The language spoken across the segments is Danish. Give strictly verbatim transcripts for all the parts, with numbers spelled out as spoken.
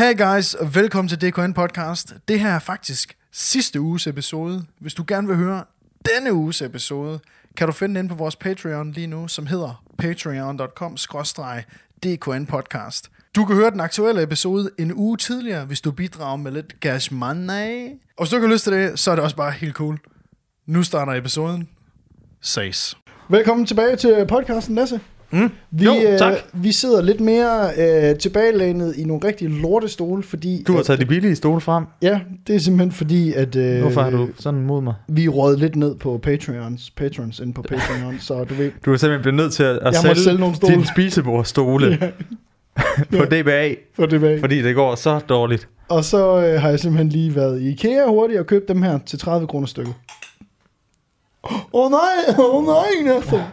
Hey guys, og velkommen til D K N Podcast. Det her er faktisk sidste uges episode. Hvis du gerne vil høre denne uges episode, kan du finde den på vores Patreon lige nu, som hedder patreon punktum com skråstreg D K N Podcast. Du kan høre den aktuelle episode en uge tidligere, hvis du bidrager med lidt cash money. Og hvis du ikke har lyst til det, så er det også bare helt cool. Nu starter episoden. Ses. Velkommen tilbage til podcasten, Lasse. Mm. Vi, jo, tak. Øh, vi sidder lidt mere øh, tilbagelænet i nogle rigtig lortestole, fordi... Du har taget de billige stole frem. Ja, det er simpelthen fordi, at... Øh, Hvorfor har du sådan mod mig? Vi råd lidt ned på Patreons, Patrons ind på Patreon, så du ved... Du er simpelthen blevet nødt til at, at sælge, sælge nogle stole. din spisebordstole ja. på D B A, på D B A, fordi det går så dårligt. Og så øh, har jeg simpelthen lige været i IKEA hurtigt og købt dem her til tredive kroner stykket. Åh oh, nej, åh oh, nej, Nathan.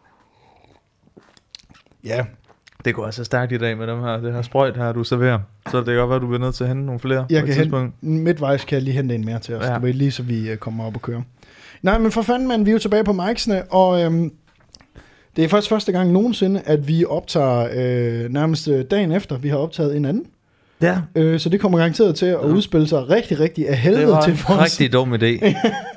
Ja. Det går altså stærkt i dag med dem her. Det her sprøjt her, du serverer. Så det kan godt være, at du bliver nødt til at hente nogle flere. Jeg kan hente, midtvejs kan jeg lige hente en mere til os. Ja. Det var lige så vi kommer op og kører. Nej, men for fanden, man, vi er jo tilbage på micsene, og øhm, det er faktisk første gang nogensinde, at vi optager øh, nærmest dagen efter, vi har optaget en anden. Ja. Øh, så det kommer garanteret til at ja. udspille sig rigtig, rigtig af helvede til for os. Det var en rigtig dum idé.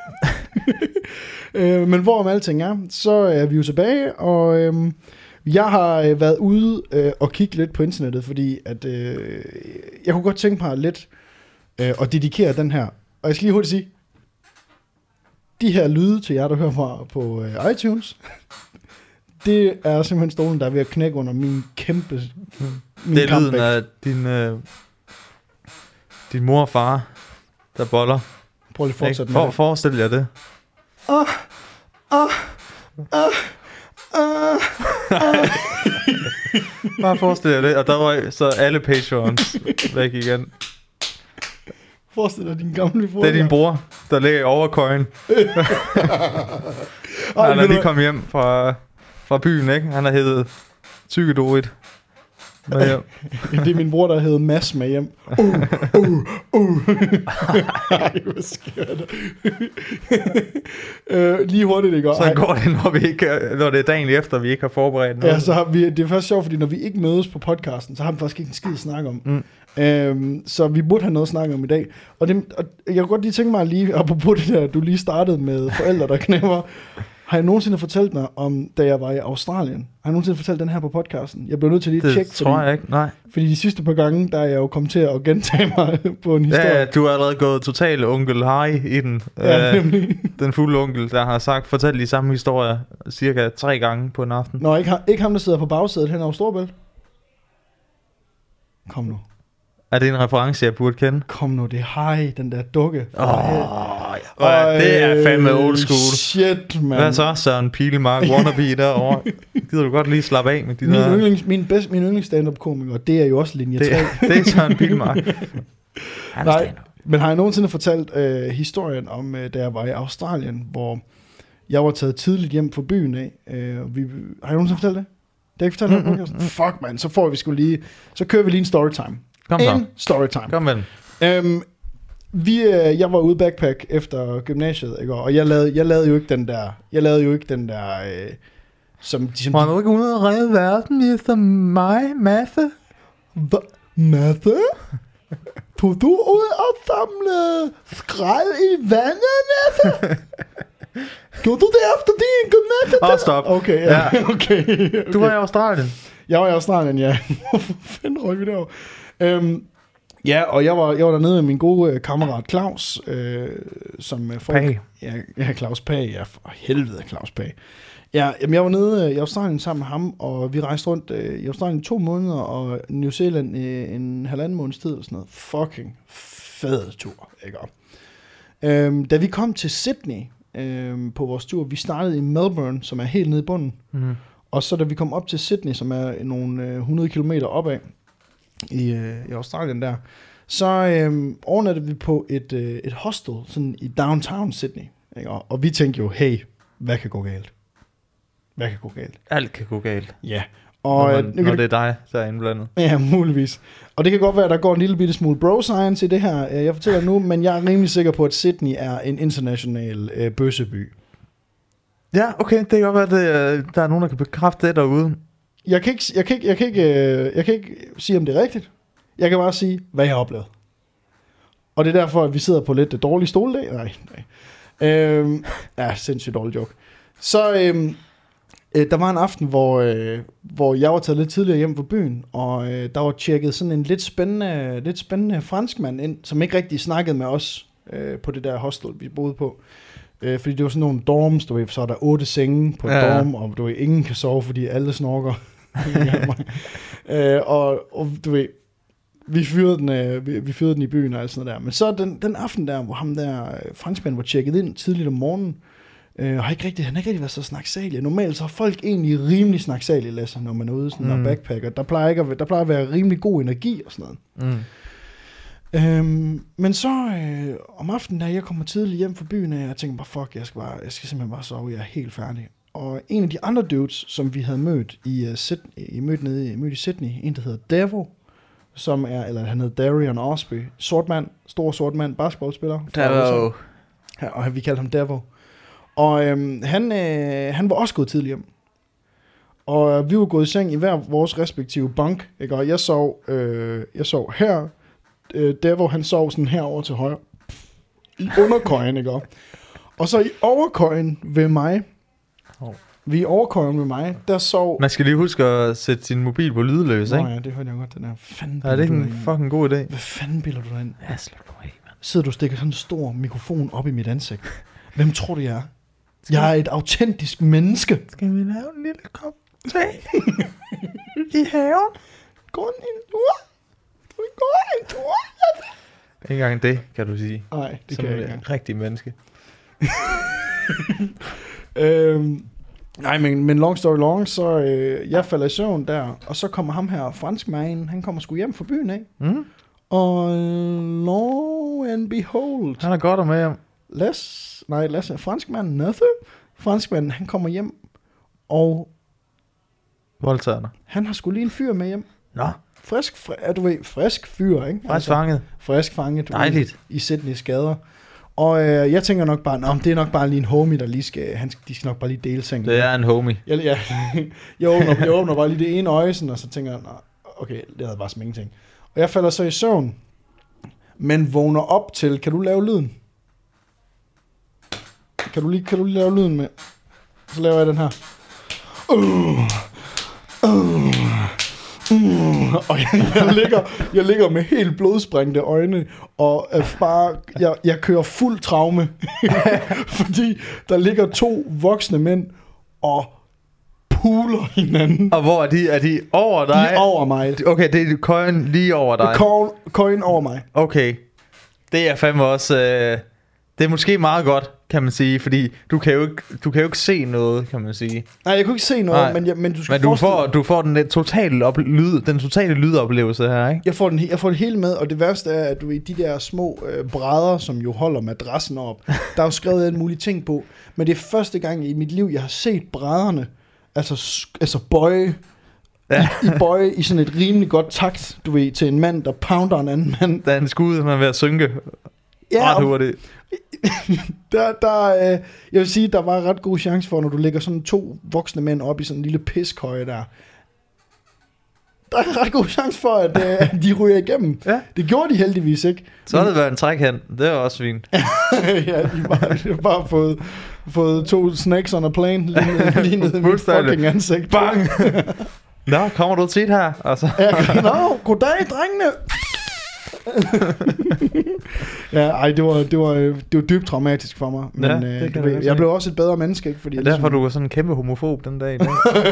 øh, men hvorom alting er, så er vi jo tilbage, og... Øhm, Jeg har øh, været ude øh, og kigge lidt på internettet, fordi at, øh, jeg kunne godt tænke mig lidt øh, at dedikere den her. Og jeg skal lige hurtigt sige, de her lyde til jer, der hører fra på øh, iTunes, det er simpelthen stolen, der er ved at knække under min kæmpe min Det er lyden af din, øh, din mor og far, der boller. Prøv lige at fortsætte med For, det. Forestil jer det. Åh, åh, åh. Uh, uh. Bare forestil jer det. Og der var så alle Patreons væk igen. Forestil dig din gamle bror. Det er din bror, der ligger i overkøjen. Han er lige kommet hjem fra, fra byen, ikke? Han har heddet Tykke Dorit. Det er min bror, der hedder Mads med hjem. Uh, uh, uh. Ej, hvad sker der? uh, lige hurtigt, det går. Så går det, når, vi ikke, når det er dagen efter, vi ikke har forberedt noget. Ja, så har vi, det er først sjovt, fordi når vi ikke mødes på podcasten, så har vi faktisk ikke en skid at snakke om. Mm. Øhm, så vi burde have noget at snakke om i dag. Og, det, og jeg kunne godt lige tænke mig lige, apropos det der, du lige startede med forældre, der knæpper. Har jeg nogensinde fortalt dig om, da jeg var i Australien? Har jeg nogensinde fortalt den her på podcasten? Jeg blev nødt til lige at tjekke. Det tror fordi, jeg ikke, nej. Fordi de sidste par gange, der er jeg jo kommet til at gentage mig på en historie. Ja, du har allerede gået total onkel Harry i den. Ja, øh, den fulde onkel, der har sagt, fortæl de samme historier cirka tre gange på en aften. Nå, ikke, ikke ham, der sidder på bagsædet hen over Storebælt. Kom nu. Er det en reference, jeg burde kende? Kom nu, det er Harry, den der dukke. Åh, oh, ja. Det er fandme old school. Shit, man. Hvad så, Søren Pilemark, wannabe derovre? Gider du godt lige slappe af med de min der... Yndlings, min, bedst, min yndlings stand-up-komiker, det er jo også linje det, tre. Det er Søren Pilemark. Nej, men har jeg nogensinde fortalt øh, historien om, øh, da jeg var i Australien, hvor jeg var taget tidligt hjem fra byen af. Øh, vi, har jeg nogensinde fortalt det? Det har ikke fortalt mm-hmm. det? Fuck, man, så får vi sgu lige... Så kører vi lige en storytime. Kom en storytime. Kom med den. Øhm, vi, øh, jeg var ude backpack efter gymnasiet, ikke? Og jeg lavede, jeg lavede jo ikke den der, jeg lavede jo ikke den der, øh, som de... Som var du ikke ude og redde verden, ligesom mig, Mathe? Hva? Mathe? Tog du ud og samle skrald i vandet, Mathe? Gjorde du det efter din gymnasiet? Åh, oh, stop. Okay, ja. ja. Okay, okay. Du var i Australien. Jeg var i Australien, ja. Hvorfor fanden røg vi derovre? Øhm, ja, og jeg var, jeg var dernede med min gode øh, kammerat Claus, øh, som øh, folk... Pag. Ja, ja, Claus Pag. Ja, for helvede, Claus Pag. Ja, jamen, jeg var nede øh, i Australien sammen med ham, og vi rejste rundt øh, i Australien i to måneder, og New Zealand i en halvanden måneds tid, og sådan noget. Fucking fed tur, ikke? Øhm, da vi kom til Sydney øh, på vores tur, vi startede i Melbourne, som er helt nede i bunden, mm. Og så da vi kom op til Sydney, som er nogle øh, hundrede kilometer opad i, øh, i Australien der, så øh, overnattede vi på et, øh, et hostel sådan i downtown Sydney. Ikke? Og, og vi tænkte jo, hey, hvad kan gå galt? Hvad kan gå galt? Alt kan gå galt. Ja. Og, når man, når det er dig, der er indblandet. Ja, muligvis. Og det kan godt være, at der går en lille bitte smule bro-science i det her, jeg fortæller nu, men jeg er rimelig sikker på, at Sydney er en international øh, bøsseby. Ja, okay, det kan godt være, at det, der er nogen, der kan bekræfte det derude. Jeg kan ikke, jeg kan ikke, jeg kan ikke, jeg kan ikke sige, om det er rigtigt. Jeg kan bare sige, hvad jeg har oplevet. Og det er derfor, at vi sidder på lidt dårlig stol dag. Nej, nej. Øhm, ja, sindssygt dårlig joke. Så øhm, øh, der var en aften, hvor, øh, hvor jeg var taget lidt tidligere hjem fra byen, og øh, der var tjekket sådan en lidt spændende, lidt spændende franskmand ind, som ikke rigtig snakkede med os øh, på det der hostel, vi boede på. Øh, fordi det var sådan nogle dorms, du ved, så er der otte senge på et ja. dorm, og du ved, ingen kan sove, fordi alle snorker. øh, og, og du ved, vi fyrede den, øh, vi, vi fyrede den i byen og alt sådan noget der. Men så den, den aften der, hvor ham der øh, franskmand var tjekket ind tidligt om morgenen, øh, og har ikke rigtig, han har ikke rigtig været så snaksalig. Normalt så har folk egentlig rimelig snaksalige, Lasse, når man er ude sådan, mm. og backpacker. Der plejer, ikke at, der plejer at være rimelig god energi og sådan noget. Mm. Øhm, men så øh, om aftenen, da jeg kommer tidligt hjem fra byen, og jeg tænker bare, fuck, jeg skal, bare, jeg skal simpelthen bare sove, jeg er helt færdig. Og en af de andre dudes, som vi havde mødt i, uh, Sydney, i mødt nede mødt i Sydney, en der hedder Devo, som er, eller han hedder Darian Osby, sort mand, stor sort mand, basketballspiller. Devo. Ja, og vi kaldte ham Devo. Og øhm, han, øh, han var også gået tidligt hjem. Og øh, vi var gået i seng i hver vores respektive bunk, ikke? Og jeg sov, øh, jeg sov her, øh, Devo han sov sådan herover til højre, i underkøjen, ikke? Og så i overkøjen ved mig, oh. vi i overkøjen ved mig, der sov... Man skal lige huske at sætte sin mobil på lydløs, ikke? Nå ja, det hørte jeg godt, den der. Fanden ja, det er ikke en fucking god idé. Hvad fanden bilder du dig ind? Ja, slap nu af, mand. Sidder du og stikker sådan en stor mikrofon op i mit ansigt? Hvem tror du, jeg er? Jeg er et autentisk menneske. Skal vi lave en lille kop te i haven? Gå en tur. Du gå en tur. Ikke engang det, kan du sige. Nej, det som kan jeg ikke. Som en rigtig menneske. øhm, nej, men, men long story long, så øh, jeg falder i søvn der, og så kommer ham her, franskmanden, han kommer sgu hjem fra byen, ikke? Mm. Og øh, lo and behold. Han er godt at med hjem. Les, nej, Les, franskmanden, nothing. Franskmanden, han kommer hjem, og... Voldtagerne. Han har sgu lige en fyr med hjem. Nå. Frisk, fri, ja, du ved, frisk fyr, ikke? Frisk altså, fanget. Frisk fanget. Dejligt. I, i Sydneys gader. Og øh, jeg tænker nok bare, nå, det er nok bare lige en homie, der lige skal, han, de skal nok bare lige dele sengen. Det er en homie. Jeg, jeg, jeg, åbner, jeg åbner bare lige det ene øje, sådan, og så tænker jeg, nå, okay, det havde bare som ingenting. Og jeg falder så i søvn, men vågner op til, kan du lave lyden? Kan du lige, kan du lige lave lyden med? Så laver jeg den her. Uh, uh. Mm, og jeg, jeg, ligger, jeg ligger med helt blodsprængte øjne, og øh, bare, jeg, jeg kører fuld traume, fordi der ligger to voksne mænd og puler hinanden. Og hvor er de? Er de over dig? De er over mig. Okay, det er køjen lige over dig. Køjen over mig. Okay, det er fandme også... Øh, det er måske meget godt, kan man sige, fordi du kan jo ikke, du kan jo ikke se noget, kan man sige. Nej, jeg kunne ikke se noget, men, jeg, men du skal men du får, du får den totale op, lyd, den totale lydoplevelse her, ikke? Jeg får den, jeg får det hele med, og det værste er, at du ved, de der små øh, brædder, som jo holder madrassen op, der er jo skrevet en mulig ting på, men det er første gang i mit liv, jeg har set brædderne, altså, altså bøje, ja. i, i bøje i sådan et rimelig godt takt, du ved, til en mand, der pounder en anden mand. Der er en skud, man er ved at synke. Ja, ret hurtigt. der, der, øh, jeg vil sige, der var ret god chance for, når du lægger sådan to voksne mænd op i sådan en lille piskøje der. Der er ret god chance for, at, øh, at de ryger igennem. Ja. Det gjorde de heldigvis ikke. Så har det været en trækhand. Det er også fint. Ja, de bare, de bare fået, fået to snacks on a plane lige, lige ned i mit fucking ansigt. Bang! Nå, kommer du tit her? Altså. Ja, nå, goddag, drengene! Ja, ej, det var, det var, det var dybt traumatisk for mig. Men ja, øh, du ved, jeg blev også et bedre menneske, ikke? Fordi det er derfor, ligesom... du var sådan en kæmpe homofob den dag.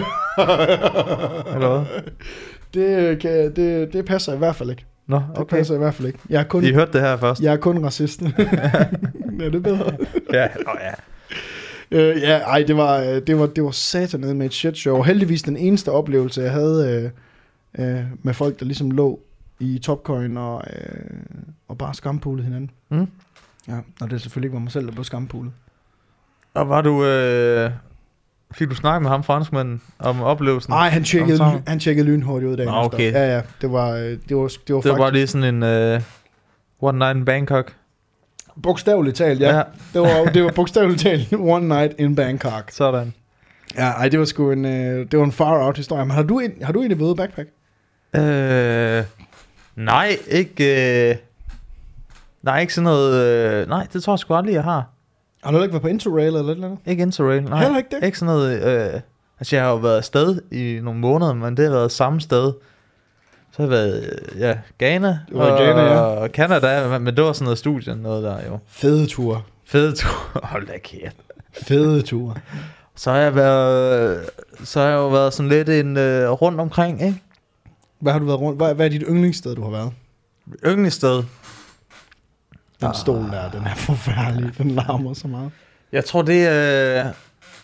Eller hvad? Det, kan, det, det passer i hvert fald ikke. Nå, okay. Det passer i hvert fald ikke. Jeg er kun, I hørte det her først. Jeg er kun racist. Ja, det er bedre. Ja, oh, ja. Øh, ja, ej, det var, det var, det var satan med et shit show. Heldigvis den eneste oplevelse, jeg havde øh, øh, med folk, der ligesom lå i topcoin og, øh, og bare skampulet hinanden. Mm. Ja, og det selvfølgelig ikke var mig selv, der blev skampulet. Og var du... Øh, fik du snakket med ham, franskmanden, om oplevelsen? Nej, han tjekkede, han tjekkede lynhurtigt ud dagen Nå, okay. efter. Ja, ja, det var, det var, det var, det var faktisk... var lige sådan en uh, one night in Bangkok. Bogstaveligt talt, ja. ja. Det var, det var bogstaveligt talt one night in Bangkok. Sådan. Ja, ej, det var sgu en, uh, det var en far out historie. Men har du, en, har du egentlig været backpack? Øh... Nej, ikke... Øh... Nej, ikke sådan noget... Øh... Nej, det tror jeg sgu aldrig, jeg har. Har du ikke været på Interrail eller et eller andet? Ikke Interrail, nej. Heller ikke det? Ikke sådan noget... Øh... Altså, jeg har jo været afsted i nogle måneder, men det har været samme sted. Så har jeg været, ja, Ghana var og, Ghana, ja. og Canada, men det var sådan noget studie, noget der jo. Fede ture. Fede ture, hold da kæft. Fede ture. Så har jeg været, så har jeg jo været sådan lidt en uh, rundt omkring, ikke? Hvad har du været rundt? Hvad, hvad er dit yndlingssted, du har været? Yndlingssted? Den ah. stol der, den er forfærdelig. Den larmer så meget. Jeg tror det er... Uh...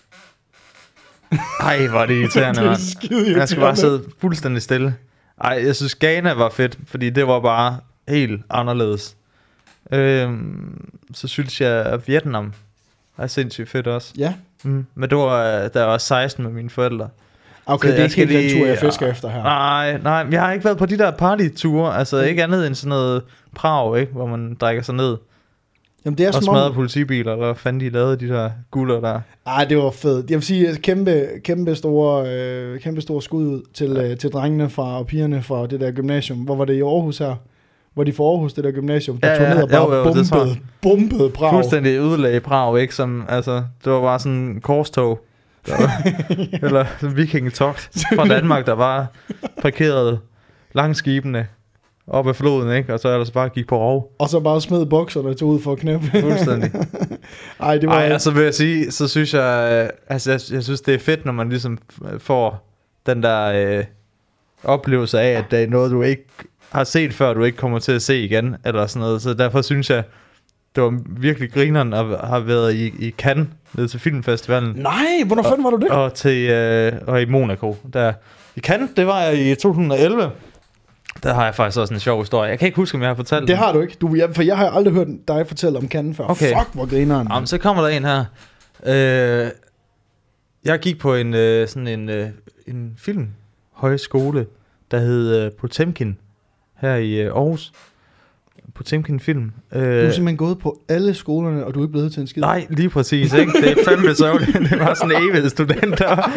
Ej, hvor er det irriterende, det er mand. skide Jeg skal bare sidde fuldstændig stille. Ej, jeg synes Ghana var fedt, fordi det var bare helt anderledes. Øhm, så synes jeg, at Vietnam er sindssygt fedt også. Ja. Mm, men det var, da jeg var seksten med mine forældre. Okay, så det er ikke helt lige, den tur, jeg fisker efter her. Nej, nej, jeg har ikke været på de der partyture, altså ikke andet end sådan noget Prag, ikke, hvor man drikker sig ned. Jamen, det er og smadrer politibiler, eller hvad fanden de lavede, de der gutter der. Ej, det var fedt. Jeg vil sige, kæmpe, kæmpe, store, øh, kæmpe store skud ud til, ja. øh, til drengene fra, og pigerne fra det der gymnasium. Hvor var det i Aarhus her? Hvor de fra Aarhus, det der gymnasium, der ja, tog ned og bare jo, jo, bombede, bombede Prag. Fuldstændig udlag Prag, ikke? Som, altså, det var bare sådan en korstog. Var, eller en vikingetogt fra Danmark, der var parkeret langs skibene op ad floden, ikke? Og så ellers bare gik på rov. Og så bare smed bukserne til ud for at knæppe. Fuldstændig. Ej, det var... Ej, altså vil jeg sige, så synes jeg, altså jeg, jeg synes det er fedt, når man ligesom får den der øh, oplevelse af, at det er noget, du ikke har set før, du ikke kommer til at se igen, eller sådan noget. Så derfor synes jeg, det var virkelig grineren at have været i, i Cannes, nede til filmfestivalen. Nej, hvornår fanden var du det? Og, til, øh, og i Monaco. Der, I Cannes, det var jeg i to tusind og elleve. Der har jeg faktisk også en sjov historie. Jeg kan ikke huske, om jeg har fortalt det. Det har du ikke, du, jeg, for jeg har aldrig hørt dig fortælle om Cannes før. Okay. Fuck, hvor grineren. Jamen, så kommer der en her. Øh, jeg gik på en, øh, sådan en, øh, en filmhøjskole, der hed øh, Potemkin, her i øh, Aarhus. Potemkin Film. Øh, du har simpelthen gået på alle skolerne, og du er ikke blevet til en skid. Nej, lige præcis, ikke? Det er fandme sørgeligt. Det var sådan en evig student der.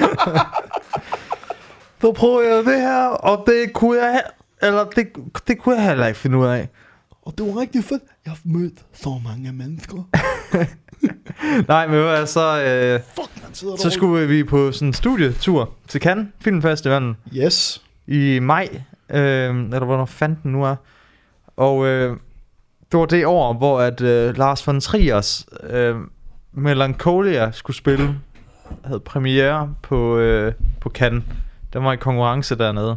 Så prøvede jeg det her, og det kunne jeg eller det, det kunne jeg heller ikke finde ud af. Og det var rigtig fedt. Jeg har mødt så mange mennesker. Nej, men hvad så... Øh, Fuck, man sidder så skulle vi på sådan en studietur til Cannes Filmfestivalen. Yes. I maj, øh, eller hvornår fandt den nu er. Og øh, det var det år, hvor at øh, Lars von Triers øh, Melancholia skulle spille, havde premiere på, øh, på Cannes. Den var i konkurrence dernede.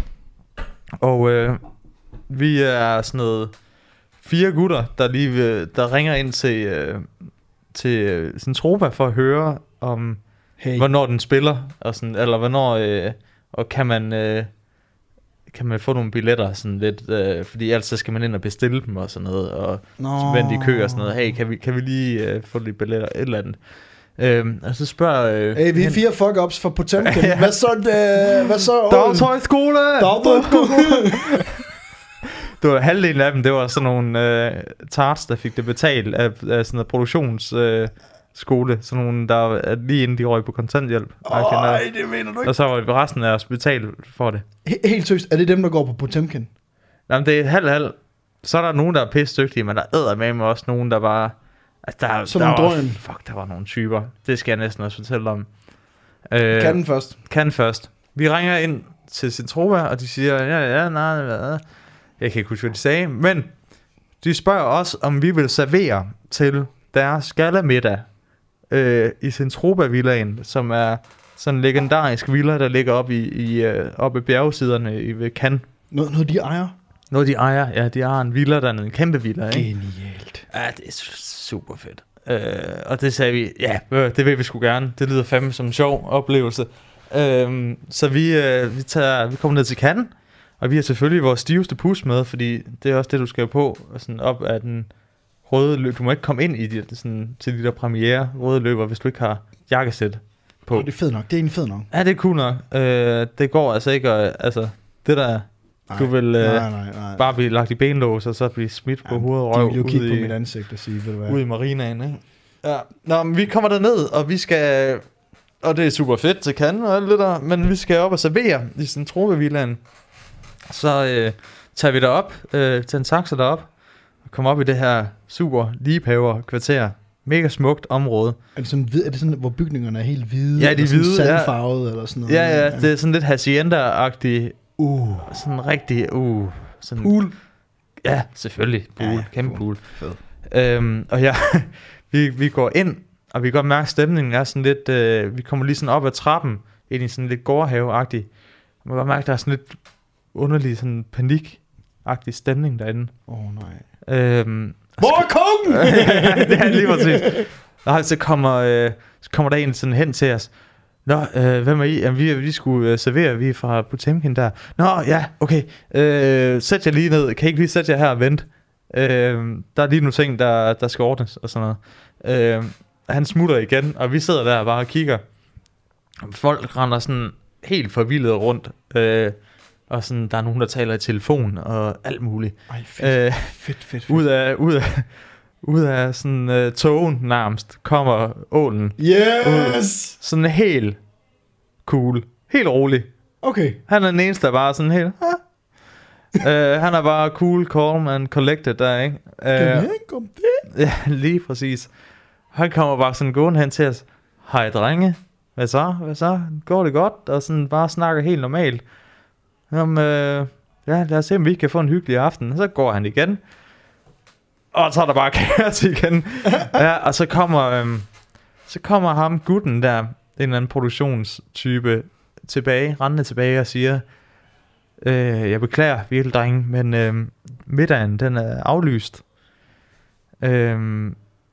Og øh, vi er sådan noget fire gutter, der lige der ringer ind til øh, til Zentropa for at høre om hey. hvornår den spiller og sådan, eller hvornår øh, og kan man øh, kan man få nogle billetter sådan lidt, øh, fordi ellers så skal man ind og bestille dem og sådan noget og no. vente i kø og sådan noget. Hey, kan vi kan vi lige øh, få lidt billetter et eller andet. Øhm, og så spørger øh, hey, vi er fire fuck-ups fra Potemkin. Ja. Hvad så det, hvad så? Dagtøjskole! Dagtøjskole! Det var halvdelen af dem, det var sådan nogle øh, tarts, der fik det betalt af, af sådan en produktionsskole, øh, sådan nogle, der er lige inden de røg på kontanthjælp. Ej, det mener du ikke. Og så var resten af os betalt for det. He- helt søst, er det dem, der går på Potemkin? Jamen, det er halv-halv. Så er der nogen, der er pisse dygtige, men der er med mig også nogen, der bare... Altså, der, sådan der var, var, fuck, der var nogle typer. Det skal jeg næsten også fortælle om. Øh, kan den først? Kan den først. Vi ringer ind til Zentropa, og de siger, ja, ja, nej, nej. Jeg kan ikke huske, hvad de sagde, men de spørger os, om vi vil servere til deres galamiddag øh, i Zentropa-villaen, som er sådan en legendarisk villa, der ligger oppe i, i, uh, oppe i bjergsiderne i, ved Cannes. Noget, noget de ejer? Noget de ejer, ja, de har en villa dernede, en kæmpe villa, ikke? Genialt. Ja, det er super fedt. Øh, og det sagde vi, ja, det vil vi sgu gerne. Det lyder fandme som en sjov oplevelse. Øh, så vi, øh, vi, tager, vi kommer ned til Cannes, og vi har selvfølgelig vores stiveste pus med, fordi det er også det, du skal på, sådan op af den røde løb. Du må ikke komme ind i de, sådan, til de der premiere røde løber, hvis du ikke har jakkesæt på. Oh, det er fedt nok, det er egentlig fedt nok. Ja, det er cool nok. Øh, det går altså ikke, og, altså, det der... Nej, du vil øh, nej, nej, nej. bare blive lagt i benlås, og så blive smidt på ja, hovedet og røv. De vil jo kigge på mit ansigt og sige, ved du hvad? Ude i marinaen, ikke? Ja. Nå, men vi kommer derned, og vi skal... Og det er super fedt til Cannes og alt det der, men vi skal op og servere i Zentropa-villaen. Så, øh, tager vi derop, øh, tager en taxa derop, og kommer op i det her super ligepaver kvarter. Mega smukt område. Er det sådan, er det sådan hvor bygningerne er helt hvide? Ja, de er hvide, sandfarvede, ja. Eller sådan noget? Ja, ja, ja, det er sådan lidt hacienda-agtigt. Uh. Sådan rigtig, uh. Sådan, pool? Ja, selvfølgelig. Pool, ja, ja, kæmpe pool. Fed. Øhm, og ja, vi, vi går ind, og vi kan godt mærke, at stemningen er sådan lidt, øh, vi kommer lige sådan op ad trappen, ind i sådan lidt gårdhave-agtigt. Man kan godt mærke, at der er sådan lidt underlig, sådan panik-agtig stemning derinde. Åh oh, nej. Øhm, Hvor er kongen? Ja, det er lige præcis. Og så kommer, øh, så kommer der en sådan hen til os. Nå, øh, hvem er I? Jamen, vi, vi skulle øh, servere, vi er fra Potemkin der. Nå, ja, okay. Øh, sæt jer lige ned. Kan I ikke lige sætte jer her og vente? Øh, der er lige nogle ting, der, der skal ordnes og sådan noget. Øh, han smutter igen, og vi sidder der bare og kigger. Folk render sådan helt forvildet rundt. Øh, og sådan, der er nogen, der taler i telefon og alt muligt. Ej, fedt, øh, fedt, fedt, fedt. Ud af, ud af, ud af sådan uh, togen nærmest kommer ålen. Yes! Ud, sådan helt cool. Helt rolig. Okay. Han er den eneste, der bare sådan helt... uh, han er bare cool, calm and collected der, ikke? Uh, Kan jeg ikke komme det? Ja, lige præcis. Han kommer bare sådan gående hen til os. Hej drenge. Hvad så? Hvad så? Går det godt? Og sådan bare snakker helt normalt. Jamen, øh, ja, lad os se, om vi kan få en hyggelig aften. Og så går han igen. Og så er der bare kaos igen. Ja, og så kommer, øh, så kommer ham gutten der, en eller anden produktionstype, tilbage, rendende tilbage og siger, øh, jeg beklager virkelig, drenge, men øh, middagen, den er aflyst. Øh,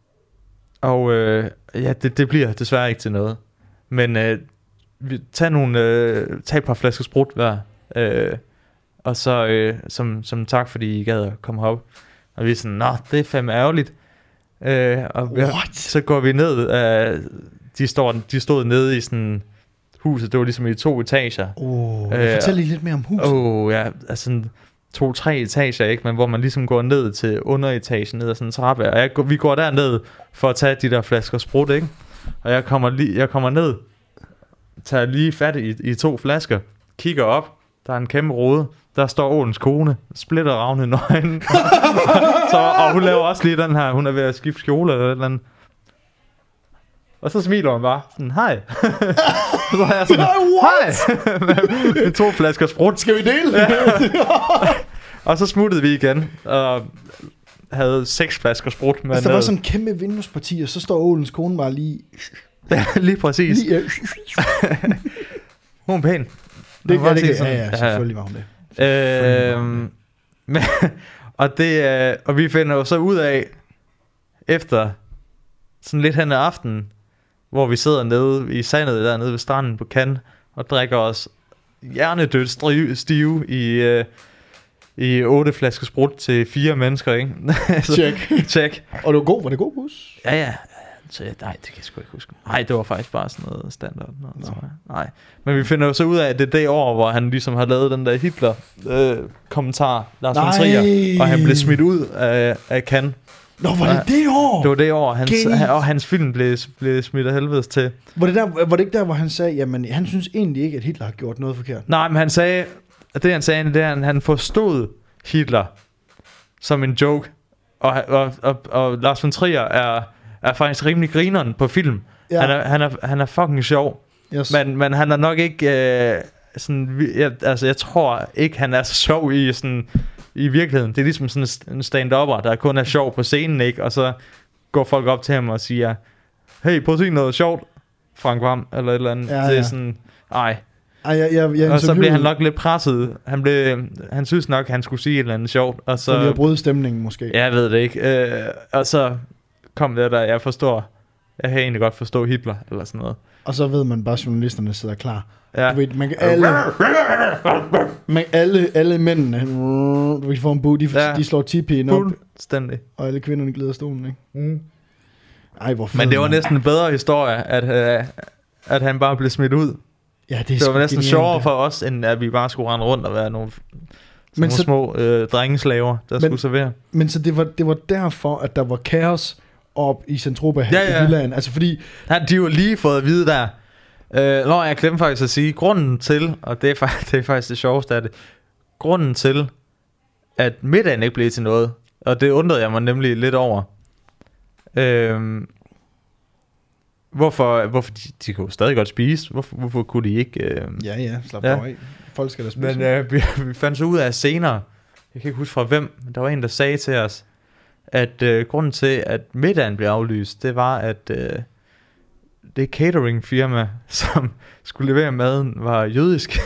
og øh, ja, det, det bliver desværre ikke til noget. Men øh, vi, tag, nogle, øh, tag et par flasker sprut hver. Øh, og så øh, som, som tak fordi I gad at komme op. Og vi er sådan, nå, det er fandme ærgerligt. øh, og ja, så går vi ned. øh, de, står, de stod nede i sådan huset. Det var ligesom i to etager. oh, øh, Fortæl lige lidt mere om huset. Åh oh, ja, altså to-tre etager, ikke? Men hvor man ligesom går ned til underetagen, ned ad sådan en trappe. Og jeg, vi går derned for at tage de der flasker sprut, ikke? Og jeg kommer, li- jeg kommer ned, tager lige fat i, i to flasker, kigger op, der er en kæmpe rode, der står ålens kone, splitter ravne i nøgen. Så, og hun laver også lige den her, hun er ved at skifte skjole eller et eller andet. Og så smiler hun bare, sådan, hej. Så er jeg sådan, hej. Med to flasker sprut. Skal vi dele? Ja. Og så smuttede vi igen, og havde seks flasker sprut med. Altså, der var sådan en kæmpe vinduesparti, og så står ålens kone bare lige... Ja, lige præcis. Lige, uh... hun er pæn. Det kan det ikke. Ja, ja, selvfølgelig var hun det. Øhm, men, og, det og vi finder jo så ud af, efter sådan lidt hen ad aftenen, hvor vi sidder nede i sandet dernede ved stranden på Cannes, og drikker os hjernedødt stive i... Øh, i otte flasker sprut til fire mennesker, ikke? Check. Check. Og det var god, var det god bus? Ja, ja. Så jeg, nej, det kan jeg sgu ikke huske. Nej, det var faktisk bare sådan noget standard. Noget, no. tror jeg. Nej. Men vi finder jo så ud af, at det er det år, hvor han ligesom har lavet den der Hitler-kommentar, øh, Lars von Trier, og han blev smidt ud af, af Cannes. Nå, var det det år? Det var det år, hans, han, og hans film blev, blev smidt af helvedes til. Var det, der, var det ikke der, hvor han sagde, jamen han synes egentlig ikke, at Hitler har gjort noget forkert? Nej, men han sagde, det han sagde, det er, at han forstod Hitler som en joke, og, og, og, og Lars von Trier er, er faktisk rimelig grineren på film. Ja. Han, er, han, er, han er fucking sjov, yes. men, men han er nok ikke øh, sådan, jeg, altså jeg tror ikke, han er så sjov i, sådan, i virkeligheden. Det er ligesom sådan en stand-upper, der kun er sjov på scenen, ikke? Og så går folk op til ham og siger, hey, prøv at sige noget sjovt, Frank Hvam, eller et eller andet. Ja, det er ja. sådan, ej. Ej, jeg, jeg, jeg og så blev han nok lidt presset. Han, blev, han synes nok, han skulle sige et eller andet sjovt. Og så, så lige at bryde stemningen måske. Ja, jeg ved det ikke. Øh, og så kom det der, jeg forstår, jeg kan egentlig godt forstå Hitler, eller sådan noget. Og så ved man bare, at journalisterne sidder klar. Ja. Du ved, man kan alle, man, alle, alle mændene, du ved, får en bog, de, ja. de slår tipien op. Fuldstændig. Og alle kvinderne glider stolen, ikke? Mm. Ej, hvor fed. Men det var næsten en bedre historie, at, uh, at han bare blev smidt ud. Ja, det, det var næsten sjovere for os, end at vi bare skulle rende rundt og være nogle, nogle så, små øh, drengeslaver, der men, skulle servere. Men så det var, det var derfor, at der var kaos op i Centropa ja, ja. i Jylland. Altså fordi... Ja, de var lige fået at vide der. Øh, når jeg glemte faktisk at sige, grunden til, og det er, faktisk, det er faktisk det sjoveste af det, grunden til, at middagen ikke blev til noget. Og det undrede jeg mig nemlig lidt over. Øhm, hvorfor, hvorfor de, de kunne stadig godt spise. Hvorfor, hvorfor kunne de ikke... Øh, Ja, ja, slap ja. ja. af. Folk skal da spise. Men øh, vi, vi fandt så ud af senere, jeg kan ikke huske fra hvem, men der var en, der sagde til os, at øh, grunden til, at middagen blev aflyst, det var, at øh, det cateringfirma, som skulle levere maden, var jødisk. Yes,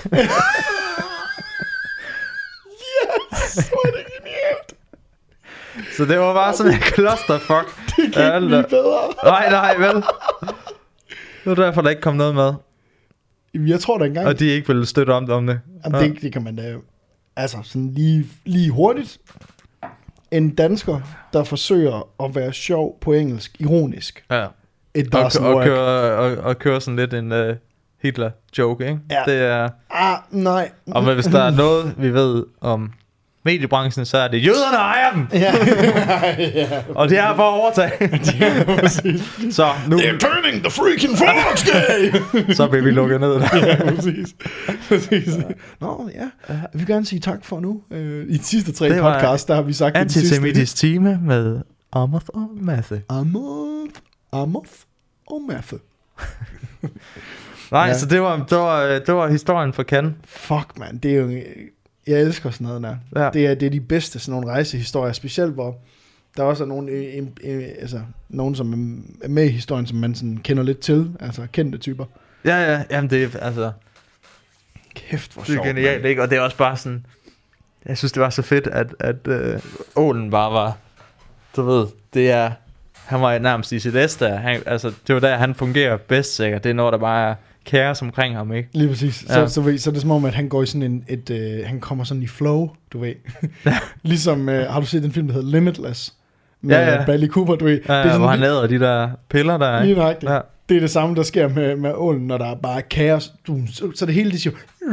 hvor er det genialt. Så det var bare sådan en clusterfuck. Det kan ikke blive bedre. Nej, nej, vel. Det var derfor, der ikke kom noget med. Jamen, jeg tror da engang... Og de ikke ville støtte om, om det. Jamen, det, det kan man da... Altså, sådan lige, lige hurtigt. En dansker, der forsøger at være sjov på engelsk, ironisk. Ja. It Og, doesn't og, work. køre, og, og køre sådan lidt en uh, Hitler-joke, ikke? Ja. Det er... Ah, nej. Og hvis der er noget, vi ved om mediebranchen, så er det, jøderne ejer dem! Ja. Ja. Og det er for at overtage. Så nu, They're turning the freaking forward. så bliver vi lukket ned. Ja, præcis. præcis. Nå, ja. Jeg vil gerne sige tak for nu. Uh, I de sidste tre Det var podcast, der har vi sagt det Antisemitisk time med Amoth og Mathe. Amoth, Amoth og Mathe. Nej, Ja. så det var, det, var, det var historien for Cannes. Fuck, man. Det er jo... Jeg elsker sådan noget der. Ja. Det, er, det er de bedste sådan nogle rejsehistorier, specielt hvor der også er nogen, øh, øh, altså, nogen som er med i historien, som man sådan kender lidt til, altså kendte typer. Ja, ja, jamen det er, altså, Kæft, hvor det er sjovt. genialt, ikke? Og det er også bare sådan, jeg synes, det var så fedt, at, at øh, Ålen bare var, du ved, det er, han var nærmest i sit æs der. Han, altså, det var der, han fungerer bedst, sikkert. Det er når der bare er kaos omkring ham, ikke? Lige præcis. Ja. Så, så, så, så er det som om, at han går i sådan en, et, øh, han kommer sådan i flow, du ved. Ligesom, øh, har du set den film, der hedder Limitless? Med Ja, ja. Bradley Cooper, du ved. Ja, det er sådan hvor han lige, lader de der piller der, lige ikke? nøjagtigt. Ja. Det er det samme, der sker med, med ålen, når der er bare kaos. Du, så, så det hele, det siger...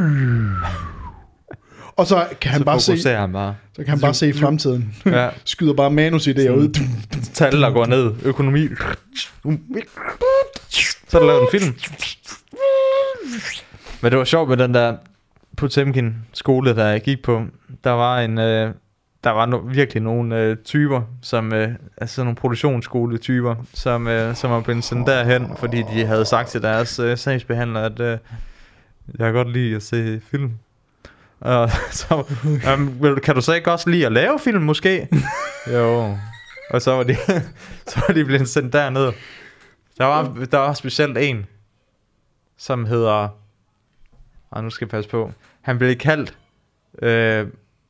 Og så kan han Så bare se, fokuserer han bare. så kan han bare se fremtiden. Ja. Skyder bare manusidéer ud. Tal, der går ned. Økonomi. Så er der lavet en film. Men det var sjovt med den der Potemkin skole, der jeg gik på. Der var en... Øh, der var no, virkelig nogle øh, typer, som, øh, altså nogle produktionsskoletyper, som, øh, som var blevet sendt derhen, fordi de havde sagt til deres øh, sagsbehandler, at øh, jeg kan godt lide at se film. Og så, um, kan du så ikke også lide at lave film, måske? Jo. Og så var de, så var de blevet sendt derned. Der var, der var specielt en, som hedder... Og nu skal jeg passe på. Han blev kaldt... Øh,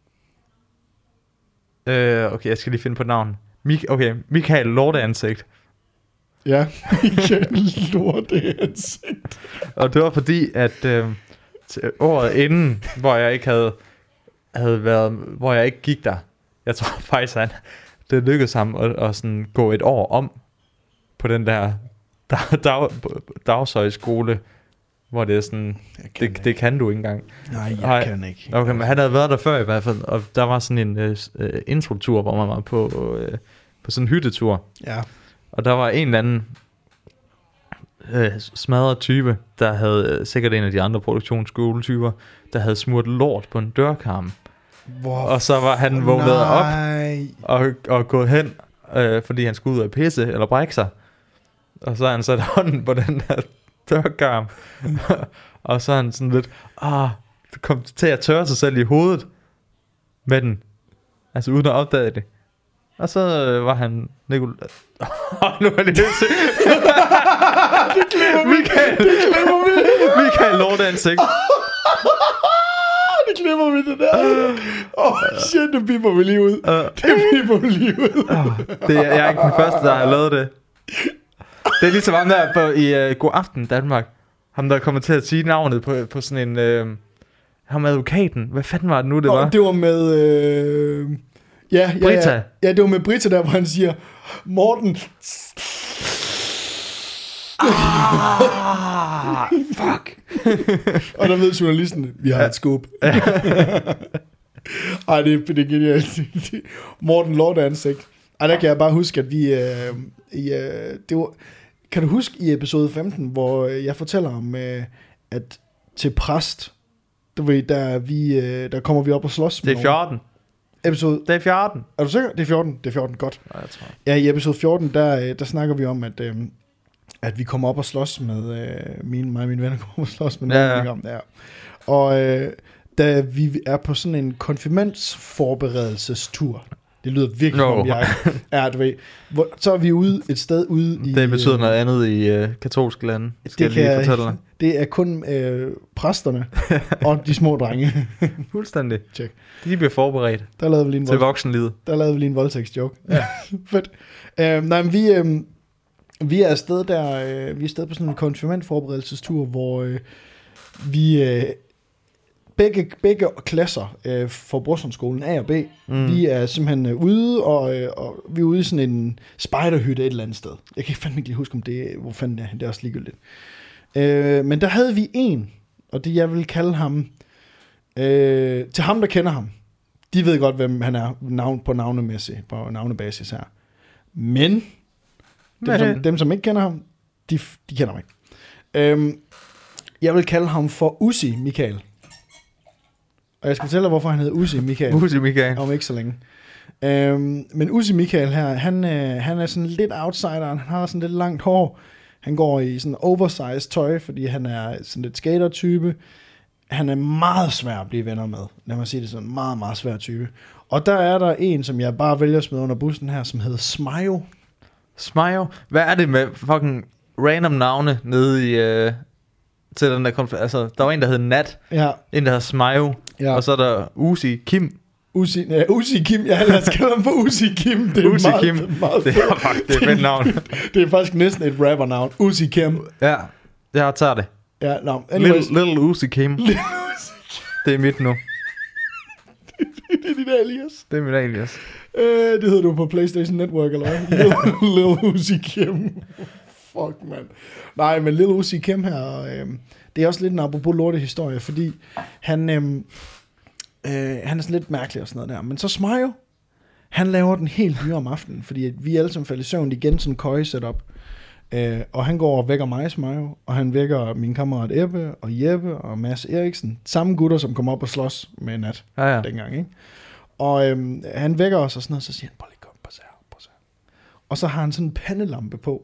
øh, okay, jeg skal lige finde på navn. Mik- okay, Michael Lorteansigt. Ja, Michael Lorteansigt. Og det var fordi, at øh, året inden, hvor jeg ikke havde, havde været, hvor jeg ikke gik der, jeg tror faktisk, han, det lykkedes ham at, at sådan gå et år om på den der dag, dag, dagshøjskole, hvor det er sådan, kan det, det kan du ikke engang. Nej, jeg Nej. kan ikke. Okay, men han havde været der før i hvert fald, og der var sådan en øh, introtur, hvor man var på, øh, på sådan en hyttetur. Ja. Og der var en eller anden øh, smadret type, der havde øh, sikkert en af de andre produktionsskoletyper, der havde smurt lort på en dørkarm. Hvor Og så var han vågnet op Nej. og, og gået hen, øh, fordi han skulle ud og pisse eller brække sig. Og så har han sat hånden på den der dørkarm. Og så er han sådan lidt, ah, det kom til at tørre sig selv i hovedet med den. Altså uden at opdage det. Og så øh, var han Nicolai. Nu er det helt sygt. Det glemmer vi. Michael, Det glemmer vi. Michael Lorteansigt. Det glemmer vi, det der. Åh, oh, shit, det piper vi lige ud. Det piper vi lige ud. Det er, jeg er ikke den første, der har lavet det. Det er ligesom ham der på, i uh, God Aften Danmark. Ham der kommer til at sige navnet på, på sådan en... Uh, ham advokaten. Hvad fanden var det nu, det Nå, var? det var med... Øh... Ja, ja, Brita. ja, ja, det var med Brita, der hvor han siger, Morten... Ah, fuck. Og der ved journalisten, vi har et scoop. Ej, det, det er genialt. Morten Lorteansigt. Ej, der kan jeg bare huske, at vi... Øh, i, øh, det var, kan du huske i episode femten, hvor jeg fortæller om, øh, at til præst, du ved, der, vi, øh, der kommer vi op og slås med Det er fjorten. Episode... Det er fjorten. Er du sikker? Det er fjorten. Det er fjorten, godt. Ja, jeg tror. Ja, i episode fjorten, der, der snakker vi om, at, øh, at vi kommer op og slås med... Øh, mine, mig og mine venner kommer op og slås med ja, nogle ja. Ja. Og øh, da vi er på sådan en konfirmandsforberedelsestur... Det lyder virkelig no. som jeg er, du ved. Hvor, så er vi ude et sted ude i... Det betyder øh, noget andet i øh, katolske lande, skal det jeg lige fortælle dig. Det er kun øh, præsterne og de små drenge. Fuldstændig. Check. De bliver forberedt der lavede vi lige en til voksenlivet. Der lavede vi lige en voldtægtsjoke. Ja. Fedt. Øh, nej, men vi, øh, vi er afsted der, øh, vi er afsted på sådan en konfirmandforberedelsestur, hvor øh, vi... Øh, Begge, begge klasser øh, for Brorsonskolen A og B, mm. vi er simpelthen øh, ude, og, øh, og vi er ude i sådan en spejderhytte et eller andet sted. Jeg kan fandme ikke lige huske, om det hvor fanden det er, det er også ligegyldigt. Øh, men der havde vi en, og det jeg vil kalde ham, øh, til ham der kender ham, de ved godt, hvem han er navn, på navnemæssigt, på navnebasis her. Men, dem som, dem som ikke kender ham, de, de kender mig ikke. Øh, jeg vil kalde ham for Uzi Michael. Og jeg skal fortælle dig, hvorfor han hedder Uzi Michael. Uzi Michael. Om ikke så længe. Øhm, men Uzi Michael her, han, øh, han er sådan lidt outsider. Han har sådan lidt langt hår. Han går i sådan oversized tøj, fordi han er sådan lidt skater-type. Han er meget svær at blive venner med. Lad mig sige det sådan. Meget, meget svær type. Og der er der en, som jeg bare vælger at smide under bussen her, som hedder Smio. Smio? Hvad er det med fucking random navne nede i... Øh til den der konf- altså, der var en, der hed Nat, ja. En, der hed Smile, ja. Og så er der Uzi Kim. Uzi, ja, Uzi Kim, ja, lad os kalde ham for Uzi Kim. Det er Uzi meget, Kim, meget det er faktisk det er fedt navn. Det er faktisk næsten et rapper-navn, Uzi Kim. Ja, jeg tager det. Ja, no, little, little Uzi Kim. Little Uzi Kim. Det er mit nu. det, det, det er dit alias. Det er mit alias. Øh, det hedder du på PlayStation Network, eller hvad? Little, little Uzi Kim. Fuck, man. Nej, men Little Uzi Kim her... Øh, det er også lidt en apropos lortehistorie, fordi han, øhm, øh, han er sådan lidt mærkelig og sådan noget der. Men så Smio, han laver den helt dyre om aftenen, fordi vi alle sammen falder i søvn igen, sådan en køje setup. Øh, og han går og vækker mig, Smio, og han vækker min kammerat Ebbe og Jeppe og Mads Eriksen. Samme gutter, som kom op og slås med Nat ja, ja. dengang, ikke? Og øhm, han vækker os og sådan noget, så siger han, prøv lige kom, på her, på her. Og så har han sådan en pandelampe på.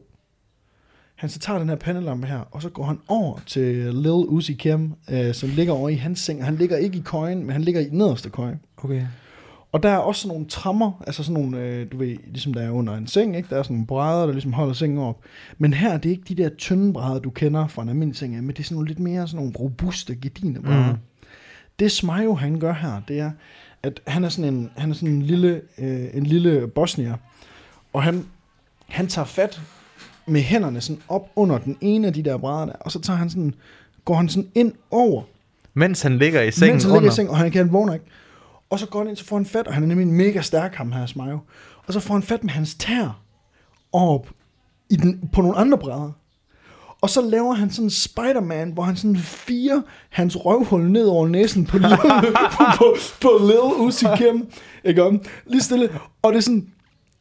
Han så tager den her pandelampe her, og så går han over til Lil Uzi Kim, øh, som ligger over i hans seng. Han ligger ikke i køjen, men han ligger i nederste køje. Okay. Og der er også sådan nogle trammer, altså sådan nogle, øh, du ved, ligesom der er under en seng, ikke? Der er sådan nogle brædder, der ligesom holder sengen op. Men her, det er ikke de der tynde brædder, du kender fra en almindelig seng, men det er sådan nogle lidt mere sådan nogle robuste, gedigne brædder. Mm. Det Smio, han gør her, det er, at han er sådan en, han er sådan en lille, øh, en lille bosnier, og han, han tager fat med hænderne sådan op under den ene af de der brædder der, og så tager han sådan, går han sådan ind over. Mens han ligger i sengen Mens han under. ligger i sengen, og han kan han vågner ikke. Og så går han ind, så får han fat, og han er nemlig mega stærk, ham her, Smio. Og så får han fat med hans tær op i den, på nogle andre brædder. Og så laver han sådan en Spider-Man, hvor han sådan firer hans røvhul ned over næsen på, Lil, på, på, på Lil Uzi Kim. Ikke om? Lige stille. Og det er sådan...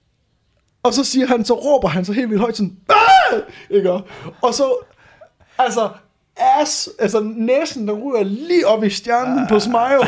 Og så siger han, så råber han så helt vildt højt sådan... Aah! Ikke om? Og så... Altså... Ass, altså næsen, der ryger lige op i stjernen på Smio.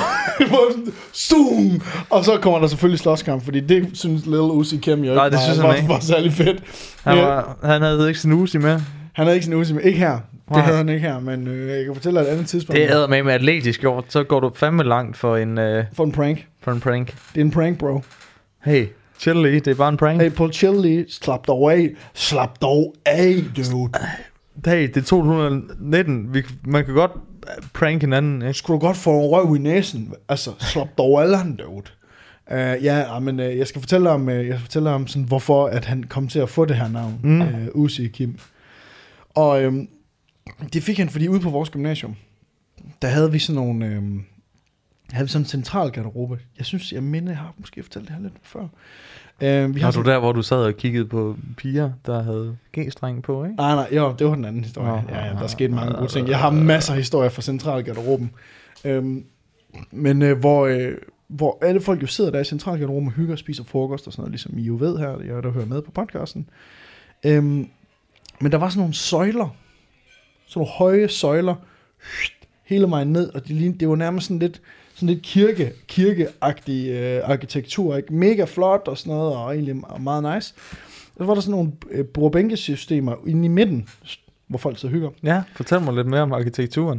Zoom! Og så kommer der selvfølgelig slåskamp, fordi det synes Lil Uzi Kim jo ikke. Nej, det synes han var, ikke. var særlig fedt. Han, var, han havde ikke sin Uzi med. Han havde ikke sin Uzi med. Ikke her. Det havde han ikke her, men øh, jeg kan fortælle dig et andet tidspunkt. Det er med med atletisk gjort, så går du fandme langt for en... Øh, for en prank. For en prank. Det er en prank, bro. Hey, chill lige, det er bare en prank. Hey, Paul, chill lige. Slap dog af. Slap dog af, dude. Hey, det er to tusind nitten. Vi, man kan godt prank hinanden, ikke? Skulle du godt få en røv i næsen? Altså, slap dog alle han, dude. Uh, ja, men uh, jeg skal fortælle om, uh, jeg skal fortælle om sådan, hvorfor at han kom til at få det her navn, mm. uh, Uzi Kim. Og um, det fik han, fordi ude på vores gymnasium, der havde vi sådan nogle, um, havde vi sådan en central garderobe. Jeg synes, jeg minder, jeg har måske fortalt det her lidt før. Uh, vi har du der, hvor du sad og kiggede på piger, der havde G-streng på, ikke? Nej, nej, jo, det var den anden historie. Oh, ja, ja, der skete mange gode ting. Jeg har masser af historier fra centralgarderoben. Um, men uh, hvor, uh, hvor alle folk jo sidder der i centralgarderoben og hygger og spiser frokost og sådan noget, ligesom I jo ved her, jeg der hører med på podcasten. Um, men der var sådan nogle søjler, sådan nogle høje søjler, hele vejen ned, og det, det var nærmest sådan lidt, sådan lidt kirke, kirkeagtig øh, arkitektur, ikke? Mega flot og sådan noget, og egentlig meget nice. Så var der sådan nogle øh, bordbænkesystemer inde i midten, hvor folk så hygger. Ja, fortæl mig lidt mere om arkitekturen.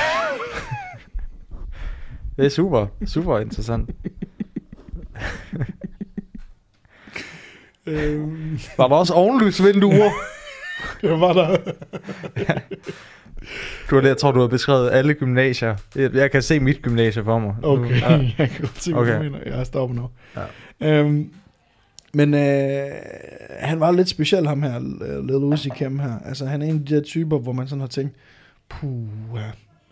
Det er super, super interessant. øhm. Var der også ovenlysvinduer? Det var der. Ja. Du har det, jeg tror, du har beskrevet alle gymnasier. Jeg, jeg kan se mit gymnasie for mig. Okay, ja. jeg kan godt se, hvad okay. du mener. Jeg stopper nu. Ja. Øhm, men øh, han var lidt speciel, ham her, Lil Uzi Kim her. Altså, han er en af de der typer, hvor man sådan har tænkt, puh, ja.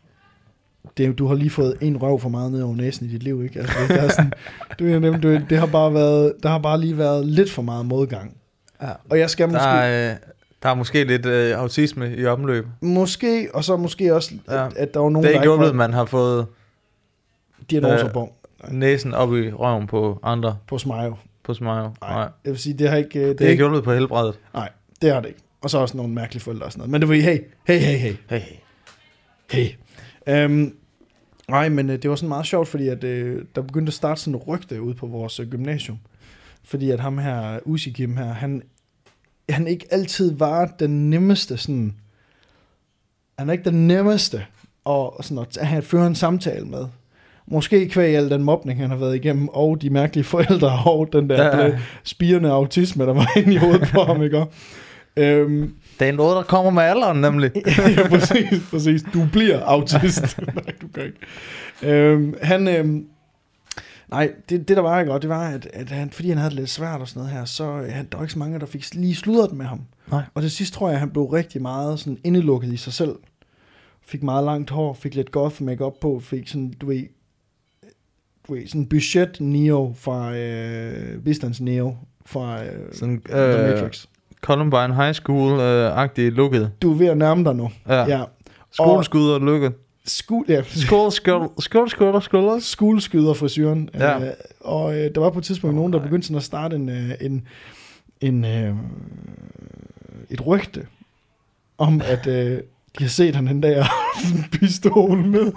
Det, du har lige fået en røv for meget ned over næsen i dit liv, ikke? Altså, det, er sådan, du, du, det har bare været, der har bare lige været lidt for meget modgang. Ja. Og jeg skal der måske... Er, der er måske lidt øh, autisme i omløb. Måske, og så måske også, ja. at, at der var nogen, det er der ikke ikke hjulpet, man har fået diagnoser øh, på. Næsen op i røven på andre. På smile. På smile. Nej. Nej. Jeg vil sige, det har ikke... Det, det er ikke hjulpet på helbredet. Nej, det har det ikke. Og så også nogle mærkelige forældre og sådan noget. Men det var hey, hey, hey, hey. Hey, hey. Hey. Um, nej, men uh, det var sådan meget sjovt, fordi at, uh, der begyndte at starte sådan en rygte ude på vores uh, gymnasium. Fordi at ham her, Uzi Kim her, han, han ikke altid var den nemmeste sådan... Han er ikke den nemmeste og, og sådan, at han fører en samtale med. Måske kvæg al den mobning, han har været igennem, og de mærkelige forældre, og den der ja, ja. spirende autisme, der var inde i hovedet på ham, ikke? Øhm, det er noget, der kommer med alderen, nemlig. Ja, præcis, præcis. Du bliver autist. Nej, du kan ikke. Øhm, han, øhm, nej, det, det der var ikke godt, det var, at, at han, fordi han havde det lidt svært og sådan noget her, så han, der var ikke så mange, der fik lige sludret med ham. Nej. Og til sidst tror jeg, at han blev rigtig meget sådan indelukket i sig selv. Fik meget langt hår, fik lidt goth makeup på, fik sådan, du ved, du ved sådan budget Neo fra, øh, bistands Neo fra øh, sådan, The Matrix. Columbine High School-agtig uh, looket. Du er ved at nærme dig nu. Ja. ja. Skoleskud og lukket. Skol, ja. Skoleskud og skulder. Skoleskyder frisyren. Ja. Uh, og uh, der var på et tidspunkt oh, nogen, der begyndte sådan at starte en, uh, en, en uh, et rygte om, at uh, de har set han en dag og en pistol med.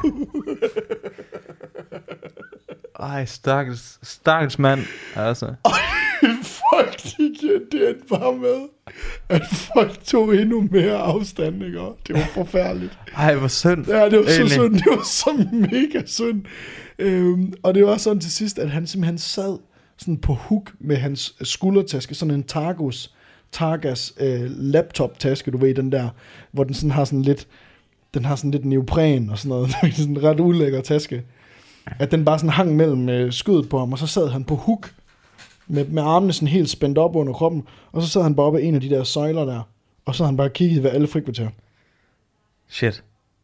Ej, stakkels, stakkels mand, altså. Folk, de kendte bare med, at folk tog endnu mere afstand, ikke? Det var forfærdeligt. Ej, hvor synd. Ja, det var så synd. Det var så mega synd. Øhm, og det var sådan til sidst, at han simpelthen sad sådan på hook med hans skuldertaske, sådan en Targus, Targas øh, laptop-taske, du ved, den der, hvor den sådan har sådan lidt, den har sådan lidt neopren og sådan noget, sådan en ret ulækker taske. At den bare sådan hang mellem øh, skødet på ham, og så sad han på hook, med, med armene sådan helt spændt op under kroppen, og så sad han bare oppe af en af de der søjler der, og så havde han bare kigget ved alle frikvarter. Shit.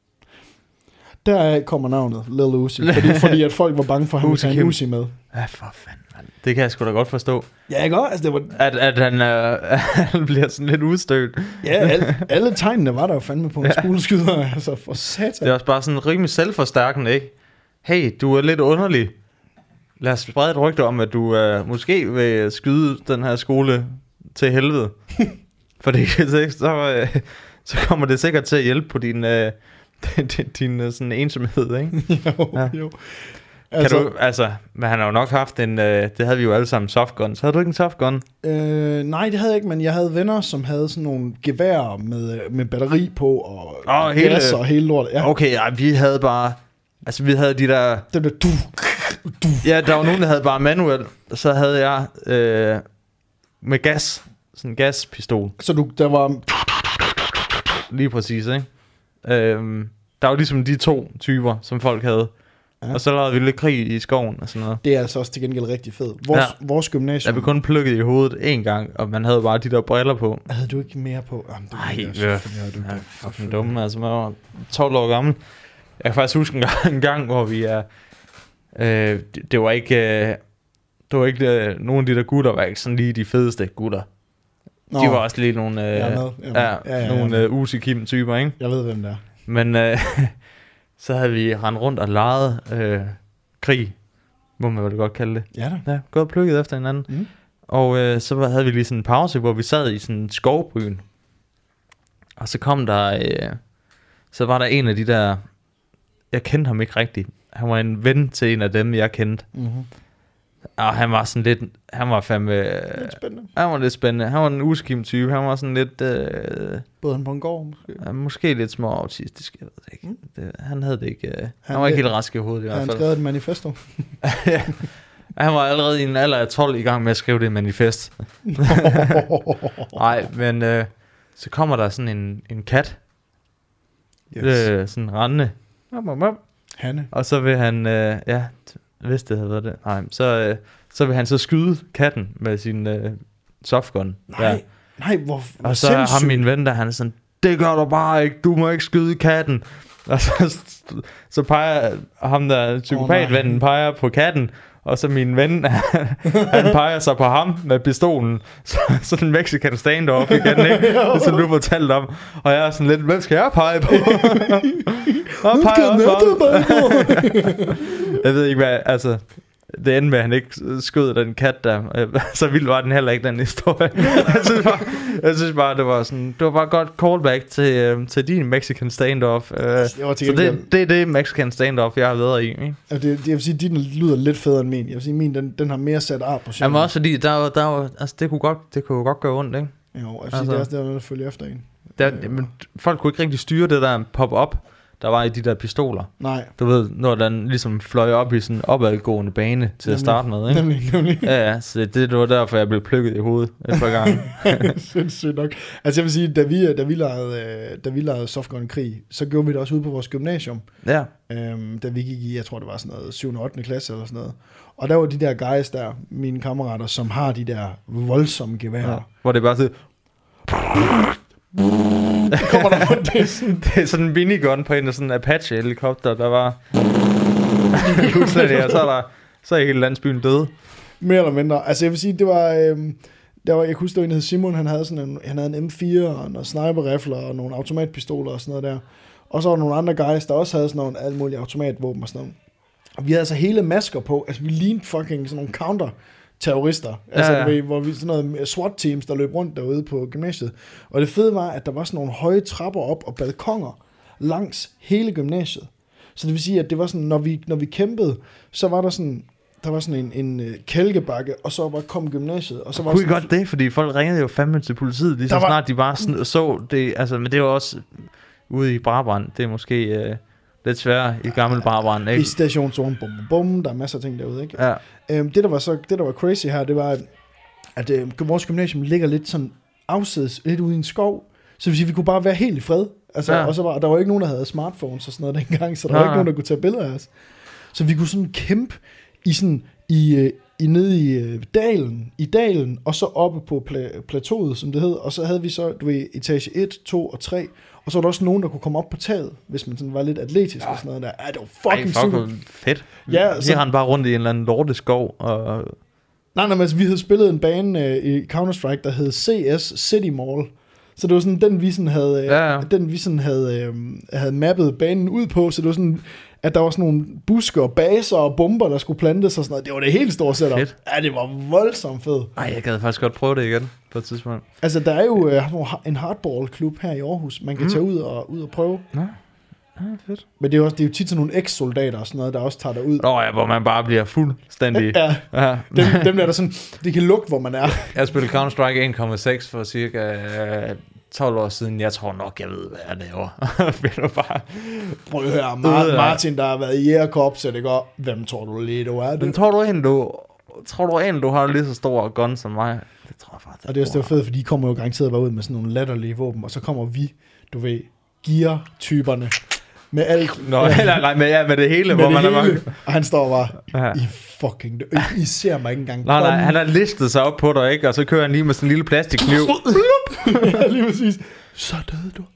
Der kommer navnet, Lil Uzi, fordi, fordi at folk var bange for, at han ville tage en Uzi med. Ja, for fanden, man. Det kan jeg sgu da godt forstå. Ja, ikke også? Altså, det var... At, at han, øh, han bliver sådan lidt udstødt. Ja, alle, alle tegnene var der jo fandme på en ja. skoleskyder, altså for satan. Det er også bare sådan rimelig selvforstærkende, ikke? Hey, du er lidt underlig. Lad os sprede et rygte om, at du øh, måske vil skyde den her skole til helvede. For det, så, øh, så kommer det sikkert til at hjælpe på din, øh, din, din øh, sådan ensomhed, ikke? jo, ja. jo. Altså, kan du, altså, men han har jo nok haft en, øh, det havde vi jo alle sammen, softgun. Så havde du ikke en softgun? Øh, nej, det havde jeg ikke, men jeg havde venner, som havde sådan nogle geværer med, med batteri på, og oh, hele, gas og hele lortet. Ja. Okay, ja, vi havde bare, altså vi havde de der... Det blev du... Du. Ja, der var nogen, der havde bare manuel. Så havde jeg øh, med gas. Sådan en gaspistol. Så du, der var... Lige præcis, ikke? Øhm, der var ligesom de to typer, som folk havde. Ja. Og så lavede vi lidt krig i skoven og sådan noget. Det er altså også til gengæld rigtig fedt. Vores, ja. vores gymnasium... Jeg blev kun plukket i hovedet én gang, og man havde bare de der briller på. Havde du ikke mere på? Nej, jeg er fucking dumme. Altså, man var tolv år gammel. Jeg kan faktisk huske en gang, en gang hvor vi er... Øh, det, det var ikke... Øh, det var ikke øh, nogle af de der gutter, var ikke sådan lige de fedeste gutter. Nå. De var også lige nogle... Øh, jeg er med. Jeg er med. Ja, ja, ja, nogle ja. øh, Uzi Kim typer, ikke? Jeg ved, hvem det er. Men øh, så havde vi rendt rundt og leget øh, krig, må man vel godt kalde det. Ja da. Ja, gået plukket efter hinanden. Mm. Og øh, så havde vi lige sådan en pause, hvor vi sad i sådan en skovbryn. Og så kom der... Øh, så var der en af de der... Jeg kendte ham ikke rigtigt. han var en ven til en af dem, jeg kendte. Mm-hmm. Og han var sådan lidt, han var fandme... Lidt spændende. Han var lidt spændende. Han var en uskimt type. Han var sådan lidt... Øh, Både han på en gård, måske. Ja, måske lidt små autistisk, jeg ved det ikke. Mm. Det, han havde det ikke... Øh, han, Han han var ikke det- helt rask i hovedet i hvert Han fald. skrev et manifesto. Ja. Han var allerede i en alder af tolv i gang med at skrive det manifest. Nej, men øh, så kommer der sådan en, en kat, Yes. øh, sådan rendende, Hanne. og så vil han, øh, ja, hvis det havde været det, nej, så, øh, så vil han så skyde katten med sin øh, softgun. Nej, der. nej, hvor, hvor Og så er ham sindssygt. min ven, der han er sådan, det gør du bare ikke, du må ikke skyde katten. Og så, så peger ham der, psykopatvennen, nej. peger på katten, og så min ven, han peger så på ham med pistolen. Så sådan en Mexican standoff igen, ikke? Det som du fortalte om. Og jeg er sådan lidt, hvem skal jeg pege på? Og Hvem peger skal også nettet på ham. pege på? Jeg ved ikke hvad, altså... Det endte med, at han ikke skød den kat der. Så vildt var den heller ikke, den historie. jeg, synes bare, jeg synes bare, det var sådan... Det var bare et godt callback til, øh, til din Mexican standoff. Øh, Det var til så gengæld- det, det er det Mexican standoff, jeg har været i. Ikke? Ja, det, det, jeg vil sige, din lyder lidt federe end min. Jeg vil sige, min, den, den har mere sat art på Jamen også fordi, der, var- der, var- altså, det, kunne godt, det kunne jo godt gøre ondt, ikke? Jo, jeg vil sige, altså- det er også der, der følger efter en. Der, men folk kunne ikke rigtig styre det der pop-up, der var i de der pistoler. Nej, Du ved, når den ligesom fløj op i sådan en opadgående bane til Nemlig. at starte med, ikke? nemlig, nemlig. Ja, ja, så det, det var derfor, jeg blev plukket i hovedet et par gange. Sindssygt nok. Altså jeg vil sige, da vi, da vi legede, øh, da vi legede softgun-krig, så gjorde vi det også ude på vores gymnasium. Ja. Øhm, da vi gik i, jeg tror det var sådan noget syvende og ottende klasse eller sådan noget. Og der var de der guys der, mine kammerater, som har de der voldsomme geværer. Ja. Hvor det bare så, Det kommer der på det sådan. det er sådan en minigun på en af sådan en Apache-helikopter, der var... Fuldstændig, og så er der... Så er hele landsbyen døde. Mere eller mindre. Altså jeg vil sige, det var... Øhm, der var, jeg kunne huske, der var en, der hed Simon, han havde sådan en, han havde en M fire og nogle sniper-rifler og nogle automatpistoler og sådan noget der. Og så var der nogle andre guys, der også havde sådan nogle alle mulige automatvåben og sådan noget. Og vi havde altså hele masker på. Altså vi lignede fucking sådan nogle counter-terrorister. Altså Ja, ja. du ved, hvor vi sådan noget SWAT-teams, der løb rundt derude på gymnasiet. Og det fede var, at der var sådan nogle høje trapper op og balkonger langs hele gymnasiet. Så det vil sige, at det var sådan, når vi, når vi kæmpede, så var der sådan... Der var sådan en, en uh, kælkebakke, og så var kom gymnasiet. Og så var Kunne I sådan, godt det? Fordi folk ringede jo fandme til politiet, lige så Der var- snart de bare sådan, så det. Altså, men det var også ude i Brabrand. Det er måske øh, lidt sværere i gammel Brabrand, i ikke? stationzonen, bum, bum, bum, der er masser af ting derude, ikke? Ja. Øhm, det, der var så, det, der var crazy her, det var, at, at øh, vores gymnasium ligger lidt sådan afsides, lidt ude i en skov, så det vil sige, vi kunne bare være helt i fred. Altså, Ja. og så var, der var ikke nogen, der havde smartphones og sådan noget dengang, så der Nej, var ikke nej. nogen, der kunne tage billeder af os. Så vi kunne sådan kæmpe i sådan, i, øh, i nede i øh, dalen, i dalen, og så oppe på pla- plateauet, som det hed, og så havde vi så, du ved, etage et, to og tre, og så var der også nogen, der kunne komme op på taget, hvis man sådan var lidt atletisk ja. og sådan noget der. Ja, det var fucking Ej, fuck, super. hvor fedt. Ja, Ja, så- så... han bare rundt i en eller anden lorteskov, og... Nej, nej, men altså, vi havde spillet en bane øh, i Counter-Strike, der hed C S City Mall. Så det var sådan, den vi sådan havde, øh, Ja, ja. den vi sådan havde, øh, havde mappet banen ud på, så det var sådan, at der var sådan nogle busker og baser og bomber, der skulle plantes og sådan noget. Det var det helt store setup. Fedt. Ja, det var voldsomt fedt. Ej, jeg gad faktisk godt prøve det igen på et tidspunkt. Altså, der er jo øh, en hardball-klub her i Aarhus, man kan Mm. tage ud og, ud og prøve. Nå, ja, fedt. Men det er, også, det er jo tit sådan nogle eks-soldater og sådan noget, der også tager derud. Nå ja, hvor man bare bliver fuldstændig... Ja, Ja. dem, dem der, der sådan, det kan lugte, hvor man er. Jeg spillede Counter-Strike en komma seks for cirka øh, tolv år siden. Jeg tror nok, jeg ved, hvad jeg laver. Vil du bare... Prøv at høre, Du ved, Mar- ja. Martin, der har været i Jægerkorpset, det går. Hvem tror du lige, du er? Men Det? tror du egentlig, du... Tror du egentlig, du har lige så stor gun som mig? Det tror jeg faktisk. Og det er også det var fedt, for de kommer jo garanteret bare ud med sådan nogle latterlige våben, og så kommer vi, du ved, gear-typerne med alt. Nå, ja, nej, nej, med, ja, med det hele, med hvor det man er hele. mange. Og han står bare, Ja. I fucking, I, I ser mig ikke engang. Nej, nej, komme." han har listet sig op på dig, ikke? Og så kører han lige med sådan en lille plastikkniv. Ja, lige præcis. Så døde du.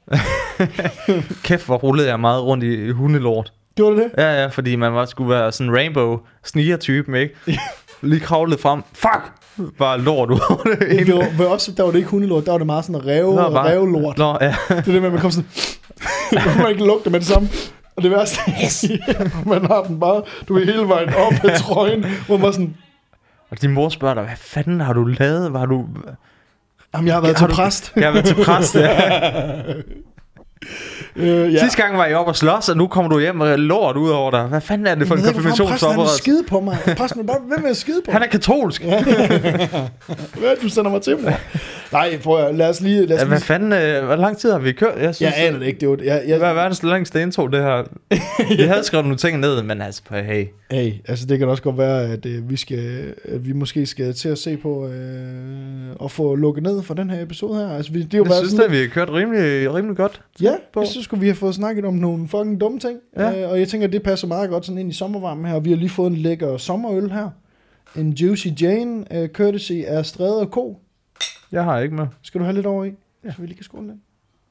Kæft, hvor rullede jeg meget rundt i, i hundelort. Gjorde du det? Ja, ja, fordi man var, skulle være sådan en rainbow sniger-typen, ikke? Lige kravlet frem. Fuck! Bare lort ud over det Det hele. var, var også, der var det ikke hundelort, der var det meget sådan ræve, Nå, bare- rævelort. Nå, ja. Det er det med, at man kom sådan, man kan ikke lugte med det samme. Og det værste, man har den bare, du er hele vejen op af trøjen, hvor man sådan, Og din mor spørger dig, hvad fanden har du lavet? Hvad har du... jamen jeg har været Har til du- præst. Jeg har været til præst, ja. øh, ja. Sidste gang var jeg oppe og slås, og nu kommer du hjem og lort ud over dig. Hvad fanden er det for en konfirmationsoperet? Præsten skide på mig. Præsten bare, hvem vil skide på Han er katolsk. Hvad du sender mig til, mor? Nej, prøv at, lad os lige... Lad os ja, hvad lige... fanden, øh, hvor lang tid har vi kørt? Jeg, synes, jeg aner det ikke. Det var, jeg, jeg... Hvad er verdens længste intro, det her? Vi havde skrevet nogle ting ned, men altså, hey. Hey, altså det kan også godt være, at, øh, vi, skal, at vi måske skal til at se på øh, at få lukket ned for den her episode her. Altså, vi, det er jo jeg synes sådan, at vi har kørt rimelig, rimelig godt. Ja, på. Jeg synes, vi har fået snakket om nogle fucking dumme ting. Ja. Øh, og jeg tænker, at det passer meget godt sådan ind i sommervarmen her. Vi har lige fået en lækker sommerøl her. En Juicy Jane, uh, courtesy af Stræde og Ko. Jeg har ikke med. Skal du have lidt over i? Ja. Så vi lige kan skåle lidt.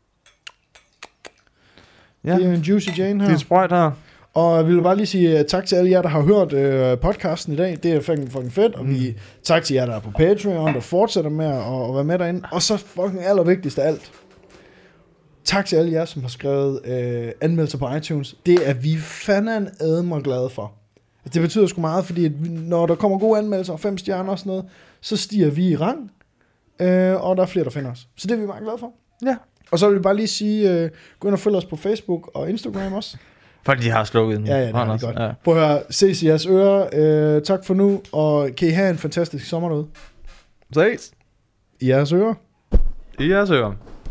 Ja. Det er en Juicy Jane her. Det er sprøjt her. Og vi vil bare lige sige uh, tak til alle jer, der har hørt uh, podcasten i dag. Det er fucking, fucking fedt. Og mm. vi tak til jer, der er på Patreon, der fortsætter med at, at være med derinde. Og så fucking allervigtigst af alt. Tak til alle jer, som har skrevet uh, anmeldelser på iTunes. Det er vi fanden admer glade for. Det betyder sgu meget, fordi at når der kommer gode anmeldelser og fem stjerner og sådan noget, så stiger vi i rang, øh, og der er flere, der finder os. Så det er vi meget glade for. Ja. Og så vil vi bare lige sige, øh, gå ind og følg os på Facebook og Instagram også. Fordi de har slukket den. Ja, ja, det er godt. Ja. Prøv at høre, ses i jeres ører. Øh, tak for nu, og kan I have en fantastisk sommer derude. Ses. I jeres ører. I jeres ører.